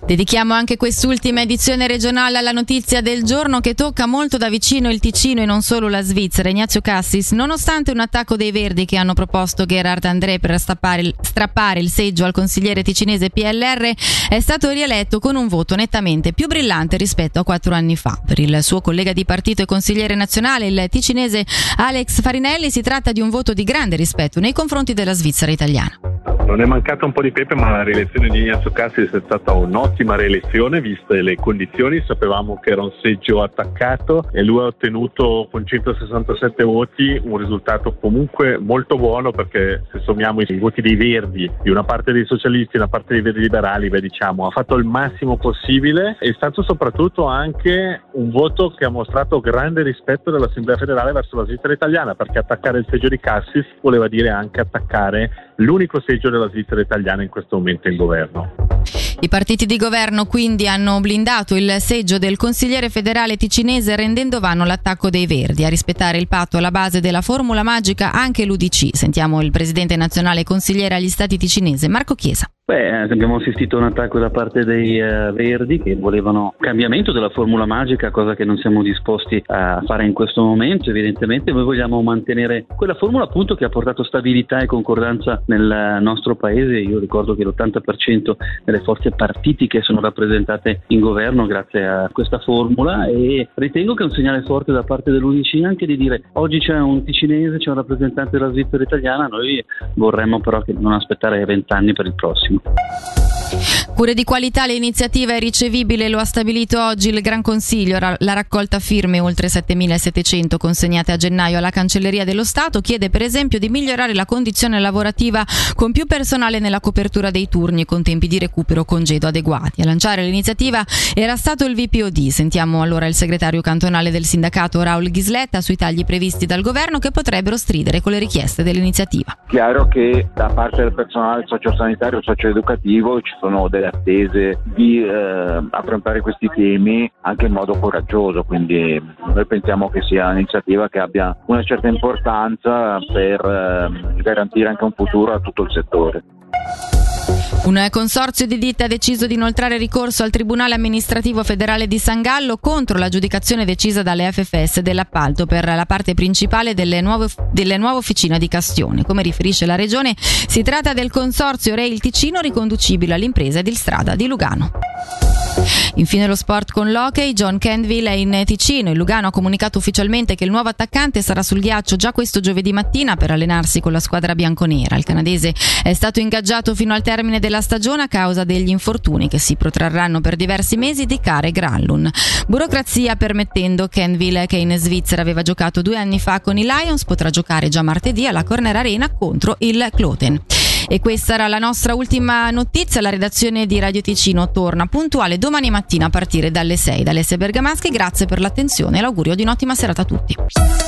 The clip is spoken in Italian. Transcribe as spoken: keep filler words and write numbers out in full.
Dedichiamo anche quest'ultima edizione regionale alla notizia del giorno che tocca molto da vicino il Ticino e non solo la Svizzera. Ignazio Cassis, nonostante un attacco dei Verdi che hanno proposto Gerhard André per strappare, strappare il seggio al consigliere ticinese P L R, è stato rieletto con un voto nettamente più brillante rispetto a quattro anni fa. Per il suo collega di partito e consigliere nazionale, il ticinese Alex Farinelli, si tratta di un voto di grande rispetto nei confronti della Svizzera italiana. Non è mancata un po' di pepe, ma la rielezione di Ignazio Cassis è stata un'ottima rielezione viste le condizioni. Sapevamo che era un seggio attaccato e lui ha ottenuto con centosessantasette voti un risultato comunque molto buono, perché se sommiamo i voti dei Verdi, di una parte dei socialisti e una parte dei Verdi liberali, beh, diciamo ha fatto il massimo possibile. È stato soprattutto anche un voto che ha mostrato grande rispetto dell'Assemblea federale verso la Svizzera italiana, perché attaccare il seggio di Cassis voleva dire anche attaccare l'unico seggio della Svizzera italiana in questo momento in governo. I partiti di governo quindi hanno blindato il seggio del consigliere federale ticinese, rendendo vano l'attacco dei Verdi. A rispettare il patto alla base della formula magica anche l'U D C. Sentiamo il presidente nazionale consigliere agli stati ticinese Marco Chiesa. Beh, abbiamo assistito a un attacco da parte dei uh, Verdi che volevano cambiamento della formula magica, cosa che non siamo disposti a fare in questo momento. Evidentemente noi vogliamo mantenere quella formula appunto che ha portato stabilità e concordanza nel nostro paese. Io ricordo che l'ottanta per cento delle forze partitiche sono rappresentate in governo grazie a questa formula, e ritengo che è un segnale forte da parte dell'U D C anche di dire oggi c'è un ticinese, c'è un rappresentante della Svizzera italiana. Noi vorremmo però che non aspettare vent'anni per il prossimo. Cure di qualità, l'iniziativa è ricevibile, lo ha stabilito oggi il Gran Consiglio. La raccolta firme, oltre settemilasettecento consegnate a gennaio alla Cancelleria dello Stato, chiede per esempio di migliorare la condizione lavorativa con più personale nella copertura dei turni e con tempi di recupero congedo adeguati. A lanciare l'iniziativa era stato il V P O D. Sentiamo allora il segretario cantonale del sindacato Raul Ghisletta sui tagli previsti dal governo che potrebbero stridere con le richieste dell'iniziativa. Chiaro che da parte del personale sociosanitario e socioeducativo ci sono delle attese di eh, affrontare questi temi anche in modo coraggioso, quindi noi pensiamo che sia un'iniziativa che abbia una certa importanza per eh, garantire anche un futuro a tutto il settore. Un consorzio di ditte ha deciso di inoltrare ricorso al Tribunale amministrativo federale di San Gallo contro l'aggiudicazione decisa dalle F F S dell'appalto per la parte principale delle nuove, delle nuove officine di Castione. Come riferisce la Regione, si tratta del consorzio Rail Ticino riconducibile all'impresa di strada di Lugano. Infine lo sport con l'hockey. John Canville è in Ticino. Il Lugano ha comunicato ufficialmente che il nuovo attaccante sarà sul ghiaccio già questo giovedì mattina per allenarsi con la squadra bianconera. Il canadese è stato ingaggiato fino al termine della stagione a causa degli infortuni che si protrarranno per diversi mesi di Care Granlund. Burocrazia permettendo, Canville, che in Svizzera aveva giocato due anni fa con i Lions, potrà giocare già martedì alla Corner Arena contro il Kloten. E questa era la nostra ultima notizia. La redazione di Radio Ticino torna puntuale domani mattina a partire dalle sei. Da Alessia Bergamaschi, grazie per l'attenzione e l'augurio di un'ottima serata a tutti.